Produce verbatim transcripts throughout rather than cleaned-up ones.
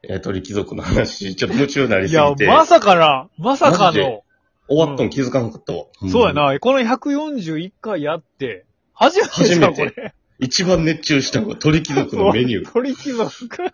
えー、鳥貴族の話、ちょっと夢中になりすぎて。 いや、まさかな、まさかの。 終わったの気づかなかったわ。 うん、そうやな、このひゃくよんじゅういっかいやって、初めて初めて。これ一番熱中したのが鳥貴族のメニュー。 鳥貴族。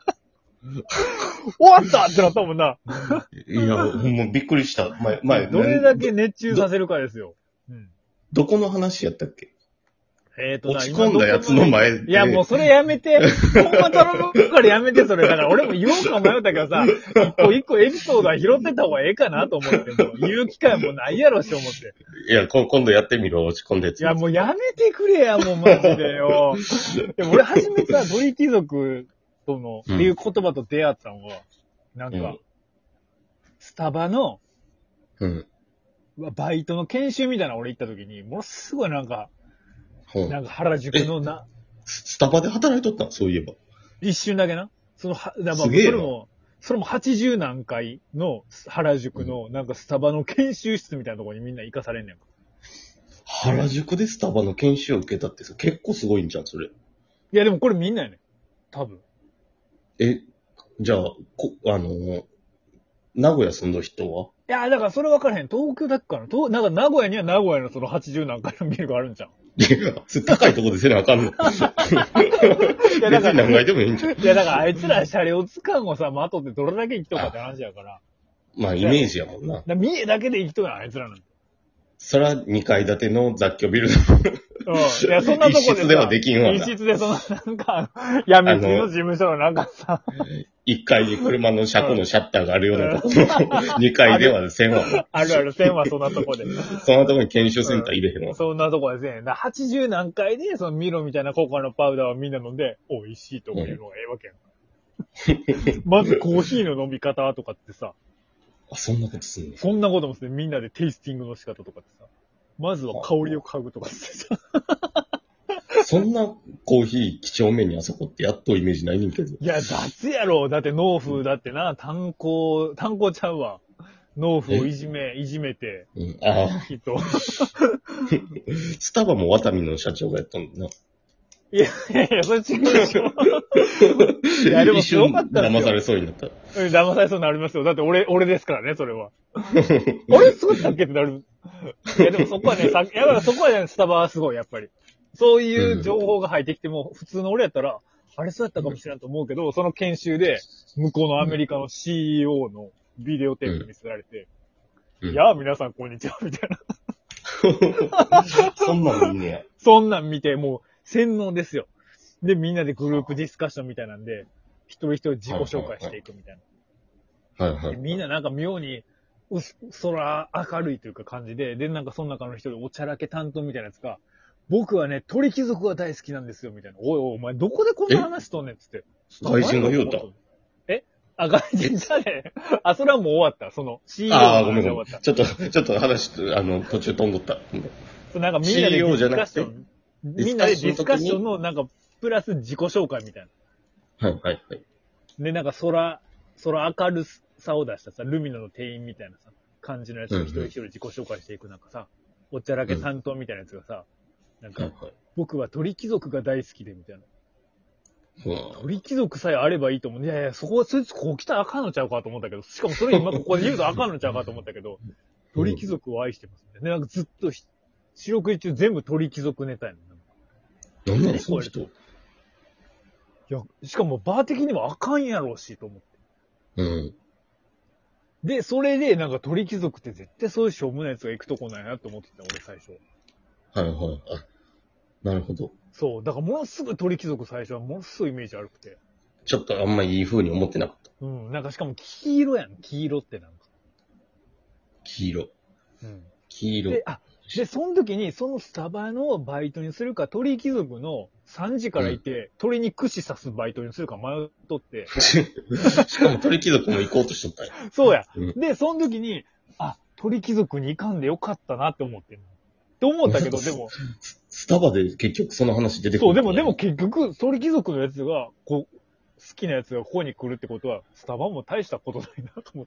終わったってなったもんな。 いや、ほんまびっくりした。前、前。 どれだけ熱中させるかですよ。 うん、どこの話やったっけ？ えっと落ち込んだやつの前で。 いや、もうそれやめて。ほんま頼むからやめて、それ。だから俺も言おうか迷ったけどさ、一個一個エピソードは拾ってた方がええかなと思って、もう言う機会もないやろし思って。 いや、今度やってみろ、落ち込んだやつ。 いや、もうやめてくれや、もうマジでよ。でも俺初めさ、鳥貴族との、っていう言葉と出会ったのは、なんか、うん、スタバの、 うん、 バイトの研修みたいなの俺行った時に、ものすごいなんか、なんか原宿のな。 スタバで働いとったんそういえば。 一瞬だけな。その、は、だからそれも、それもはちじゅう何回の原宿のなんかスタバの研修室みたいなところにみんな行かされんねんか。 原宿でスタバの研修を受けたってさ、結構すごいんじゃん、それ。いやでもこれみんなやねん。多分。 え、じゃあ、こ、あのー、名古屋住んだ人はいや、だからそれ分からへん。東京だっから。東、なんか名古屋には名古屋のそのはちじゅう何回のビルがあるんじゃん。 いや、高いとこでせなあかんの。いや、だから。別に何回でもいいんじゃん。 いや、だからあいつら車両使うをさ、まとってどれだけ生きとかって話やから。 まあ、イメージやもんな。 だ見えだけで生きとかあいつらなんて。 そらにかい建ての雑居ビルの。 うん。いや、そんなとこでさ。 一室ではできんわな。 一室でその、なんか、闇金の事務所のなんかさ。 いっかいに車の車庫のシャッターがあるようなところ。にかいではせんわ。 あるある、せんわ、そんなとこで。 そんなとこに研修センター入れへんわ。 うん、そんなとこですね。はちじゅう何回で、そのミロみたいなココアのパウダーをみんな飲んで、美味しいと思うのがええわけやん。まずコーヒーの飲み方とかってさ。 あ、そんなことすんの？ そんなこともする。みんなでテイスティングの仕方とかってさ。まずは香りを嗅ぐとかってさ。 そんなコーヒー貴重面にあそこってやっとイメージないねんけど。 いや、雑やろ。だって農夫だってな、炭鉱、炭鉱ちゃうわ。農夫をいじめ、いじめて。 うん、ああ。 きっと。 スタバもワタミの社長がやったんだな。 いやいやいや、それ違うでしょ。いや、でもすごかったですよ。 騙されそうになった。 うん、騙されそうになりますよ。だって俺、俺ですからね、それは。俺作ったっけってなる。いや、でもそこはね、さやっぱそこはね、スタバはすごい、やっぱり。そういう情報が入ってきても、普通の俺やったら、あれそうやったかもしれんと思うけど、その研修で、向こうのアメリカの シーイーオー のビデオテープ見せられて、うん、いやあ、皆さんこんにちは、みたいな。 そんなん見んねや。 そんなん見て、もう、洗脳ですよ。で、みんなでグループディスカッションみたいなんで、一人一人自己紹介していくみたいな。はいはいはい。 みんななんか妙に、うす、空明るいというか感じで、で、なんかその中の一人おちゃらけ担当みたいなやつが、僕はね、鳥貴族が大好きなんですよ、みたいな。おいおい、お前どこでこんな話しとんねんっつって。 外人が言うた。 えあ、外人じゃねあ、それはもう終わった。その、シーイーオーああ、ごめんごめん。ちょっと、ちょっと話、あの、途中飛んどった。 なんかみんなでディスカッション。みんなでディスカッションの、なんか、プラス自己紹介みたいな。はいはいはい。 で、なんか空、空明るさを出したさ、ルミノの店員みたいなさ、感じのやつが一人一人自己紹介していくなんかさ、おちゃらけ担当みたいなやつがさ、なんか、はいはい、僕は鳥貴族が大好きでみたいな。鳥貴族さえあればいいと思う。いやいや、そこはそいつこう来たらあかんのちゃうかと思ったけど、しかもそれ今ここで言うとあかんのちゃうかと思ったけど、鳥貴族を愛してますね。で、なんかずっと、四六時中全部鳥貴族ネタやねん。 なんなんその人。いや、しかもバー的にもあかんやろうし、と思って。 うん。 で、それで、なんか鳥貴族って絶対そういうしょうもないやつが行くとこないなって思ってた、俺最初。 はいはい。あ、なるほど。 そう。だからものすぐ鳥貴族最初はものすごいイメージ悪くて。 ちょっとあんまいい風に思ってなかった。 うん。なんかしかも黄色やん。黄色ってなんか。 黄色。 うん。 黄色。 で、あ、で、その時に、そのスタバのバイトにするか、鳥貴族のさんじからいて、うん、鳥に串刺すバイトにするか迷っとって。 しかも鳥貴族も行こうとしとったんや。 そうや、うん。で、その時に、あ、鳥貴族に行かんでよかったなって思ってんの。って思ったけど、でも。 スタバで結局その話出てくる。 そう、でも、でも結局、鳥貴族のやつが、こう、好きなやつがここに来るってことは、スタバも大したことないなと思って。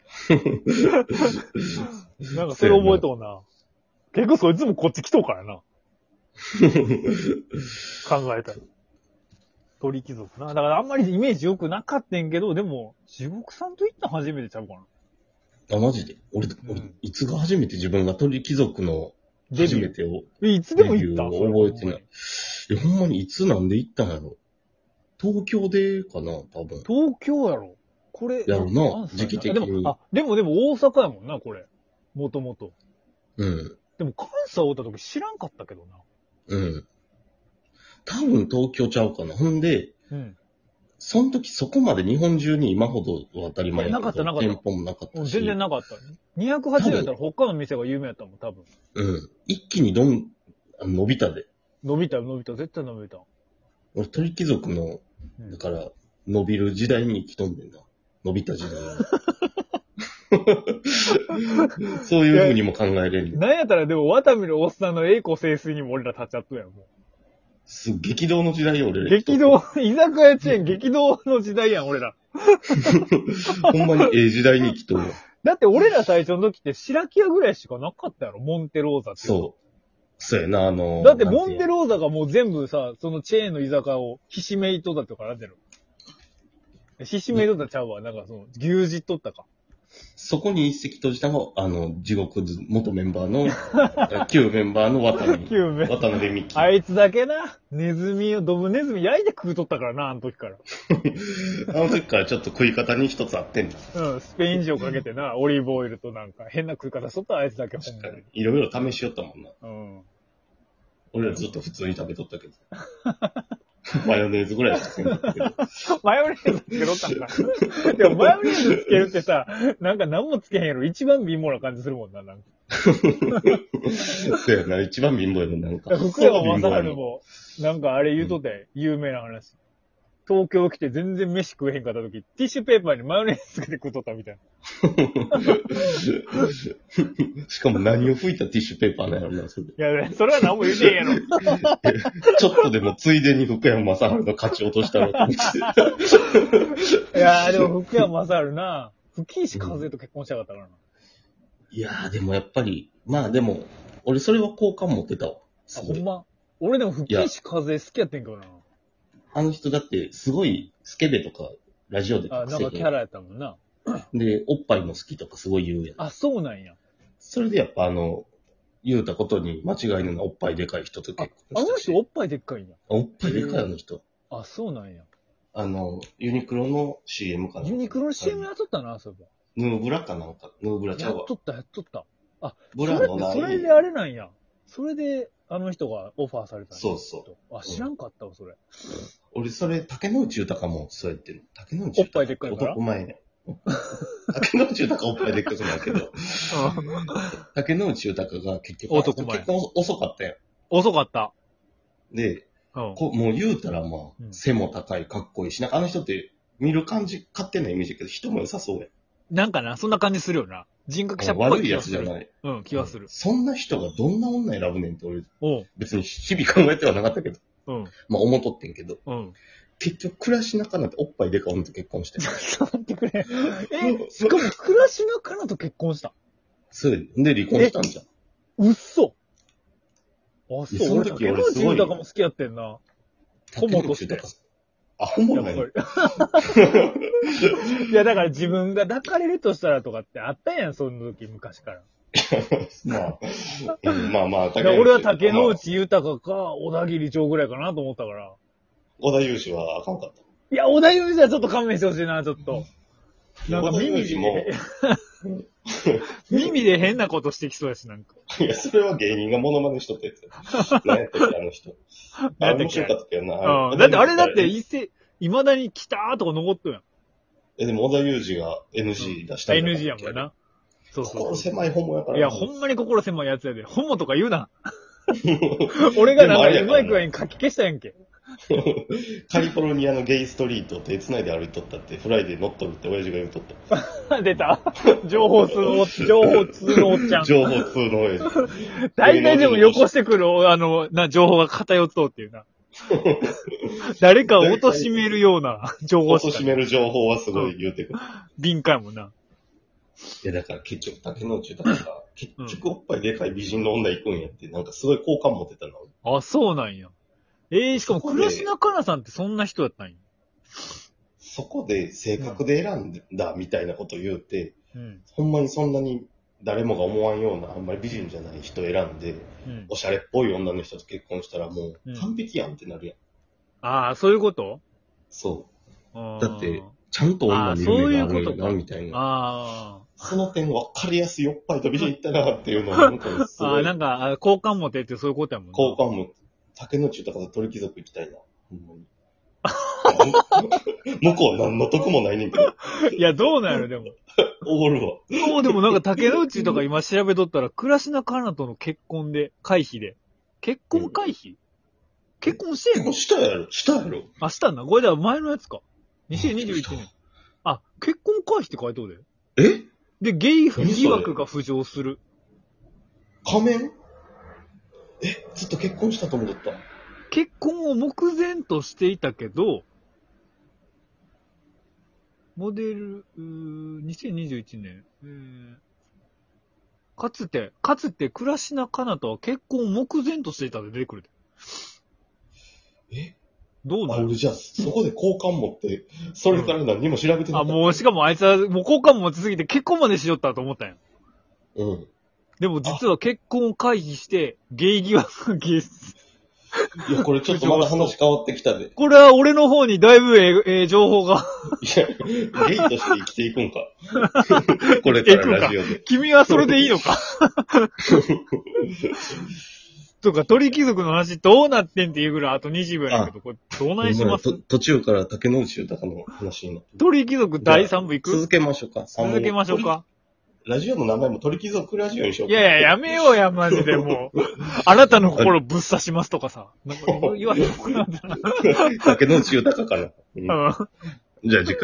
なんかそれ覚えとうな。結構そいつもこっち来とうからな。考えたら。 鳥貴族な。だからあんまりイメージ良くなかったんけど、でも、地獄さんと行ったの初めてちゃうかな。 あ、マジで俺、 うん俺いつが初めて自分が鳥貴族の初めてを、 え、いつでも行ったデビューを覚えてない。いや、ほんまにいつなんで行ったんやろ。東京でかな、多分。 東京やろ。これ。 やろな関西時期的にでも、あ、でもでも大阪やもんな、これ。もともと。 うん。 でも関西おった時知らんかったけどな。 うん。多分東京ちゃうかな。ほんで、 うん。 その時そこまで日本中に今ほど当たり前やけどなかったなかった店舗もなかったし。 全然なかった。にひゃくはちじゅうえんやったら他の店が有名やったもん、多分。 うん。一気にどん、あの伸びたで。 伸びた、伸びた、絶対伸びた。 俺鳥貴族の、 うんだから、伸びる時代に生きとんねんな。伸びた時代に。そういう風にも考えれんねん。 なんやったらでも、ワタミのおっさんの栄光清水にも俺ら立っちゃったやん、もす激動の時代よ、俺う。 ら。 激動、居酒屋チェーン激動の時代やん、俺ら。 ほんまにええ時代に生きとる。 だって俺ら最初の時って白木屋ぐらいしかなかったやろ、モンテローザって。 そう。そうやな、あの。 だってモンテロローザがもう全部さ、そのチェーンの居酒屋をひしめいとったとかなってる。ひしめいとったちゃうわ。なんかその、牛耳っとったか。 そこに一石投じたのが、あの、地獄図元メンバーの、旧メンバーの渡辺、 旧メン渡辺美希。 あいつだけな、ネズミを、ドブネズミ焼いて食うとったからな、あの時から。 あの時からちょっと食い方に一つあってんだ。 うん、スペイン塩かけてな、オリーブオイルとなんか変な食い方しとったあいつだけほんまに。 いろいろ試しよったもんな。 うん。 俺らずっと普通に食べとったけど。マヨネーズぐらいしかせんかったけど。 マヨネーズつけとったんか。でもマヨネーズつけるってさ、なんか何もつけへんやろ。一番貧乏な感じするもんな、なんか。 そうやな、一番貧乏やの、なんか。 福山雅治も、なんかあれ言うとって、有名な話。東京来て全然飯食えへんかった時、ティッシュペーパーにマヨネーズつけて食っとったみたいな。 しかも何を拭いたティッシュペーパーなんやろな、それ。 いや、それは何も言うてへんやろ。 ちょっとでもついでに福山雅治の勝ち落としたろうと思って。 いやーでも福山雅治な、吹石和恵と結婚したかったからな。 いやーでもやっぱり、まあでも、俺それは好感持ってたわ。 あ、ほんま俺でも吹石和恵好きやってんけどな。 あの人だってすごいスケベとかラジオであ、なんかキャラやったもんな。 で、おっぱいも好きとかすごい言うやん。 あ、そうなんや。 それでやっぱあの、言うたことに間違いのないおっぱいでかい人と結あの婚したし。 人おっぱいでっかいんや。 おっぱいでかいあの人。 あ、そうなんや。 あの、ユニクロの シーエム かな。 ユニクロの シーエム やっとったな、そういえヌーブラかなんか。ヌーブラちゃうわばやっと。った、やっとった。あ、 ブラのないそれってそれであれなんや。それで、あの人がオファーされたんやそうそう。 あ、知らんかったわ、それ。 俺それ、竹野内豊もそうやってる。竹野内豊。 おっぱいでっかいから男前ね。竹野内豊おっぱいでっかくないけど、竹野内豊が結局、 男前結婚遅かったや遅かった。 ん。で、 うん。 こもう言うたらまあ、 うん背も高い、かっこいいし、なんかあの人って見る感じ、勝手なイメージだけど、人も良さそうやん。 なんかな、そんな感じするよな。人格者っぽい悪いや気がする。 つじゃない。 うん、気はする。 そんな人がどんな女選ぶねんって俺、 おう。 別に日々考えてはなかったけど、 うん。 まあ思っとってんけど、 うん。 結局、暮らし中なんておっぱいでか女と結婚して。 ちょっと待ってくれ。え、しかも、暮らしのかなと結婚した。 それで離婚したんじゃん。 うっそ。あ、そう。 いやその時俺、 俺すごい竹野内豊も好きやってんな。ホモとして。 あ、ホモやっなんや。 ぱり。いや、だから自分が抱かれるとしたらとかってあったやん、その時、昔から。 まあ、うんまあまあ、 だから俺は竹野まあ内豊か、小田切長ぐらいかなと思ったから。 小田裕二はあかんかった。 いや、小田裕二はちょっと勘弁してほしいな、ちょっと。なんか小田耳裕二もで、耳で変なことしてきそうやし、なんか。 いや、それは芸人がモノマネしとったやつ。何やったっけ、あの人。あれ面白かったけどな。 うん。だってあれだって、一世、未だに来たーとか残っとるやん。 え、でも小田裕二が エヌジー 出したんだエヌジー やもんな。そうそう心そう。 狭いホモやから。 いや、ほんまに心狭いやつやで。ホモとか言うな。俺がなんかうまい具合に書き消したやんけ。 カリフォルニアのゲイストリート手繋いで歩いとったってフライデー乗っとるって親父が言うとった。 出た。情報通の、情報通のおっちゃん。 情報通の親父。 大体でもよこしてくる、あの、な、情報が偏っとうっていうな。誰かを貶めるような情報しか。 貶める情報はすごい言うてくる。 敏感やもんな。 いや、だから結局竹野内豊が、結局おっぱいでかい美人の女行くんやって、なんかすごい好感持ってたの。 あ、そうなんや。 ええー、しかも倉科香菜さんってそんな人だったんや。 そこで性格で選んだみたいなこと言うて、 うん、 ほんまにそんなに誰もが思わんようなあんまり美人じゃない人選んで、 うん、 おしゃれっぽい女の人と結婚したらもう完璧やんってなるやん。 うん、ああ、そういうこと？ そう。 だだって、ちゃんと女に夢があるよな、みたいな。 ああ。 その点分かりやすいよっぱいと美人いったなっていうのをなんかすごい。 ああ、なんか、好感持てってそういうことやもんね。 好感も、竹の内とかで鳥貴族行きたいな。ほんまに。向こう何の得もないねんけど。 いや、どうなんやろ、でも。 おごるわ。 そう、でもなんか竹之内とか今調べとったら、倉科香菜との結婚で、回避で。結婚回避、うん、結婚してんの？ 結婚したやろしたやろあ、したんだ。これでは前のやつか。にせんにじゅういちねん。あ、結婚回避って書いておるで。えで、ゲイ疑惑が浮上する。 仮面？え、ずっと結婚したと思った。 結婚を目前としていたけど、モデル、にせんにじゅういちねん、えー、かつて、かつて倉科香菜とは結婚を目前としていたで出てくるで。 えどうなる？ あ、俺じゃあ、そこで好感持って、それから何も調べてなかった、 うん。あ、もう、しかもあいつは、もう好感持ちすぎて結婚までしよったと思ったんや。 うん。 でも実は結婚を回避して、ゲイ疑惑、ゲイ、 いや、これちょっとまた話変わってきたで。 これは俺の方にだいぶええ、ええ情報が。 いや、ゲイとして生きていくんか。これからラジオで。 君はそれでいいのかとか、鳥貴族の話どうなってんっていうぐらいあとにじゅうびょうやけど、これどうないします？ 途中から竹之内豊の話になって。 鳥貴族だいさん部いく？ 続けましょうか。 続けましょうか。 ラジオの名前も鳥貴族ラジオにしようか。 いやいや、やめようや、マジでもう。あなたの心ぶっ刺しますとかさ。なんか言われてもらったら。 竹之内豊かな。うん、じゃあ次回。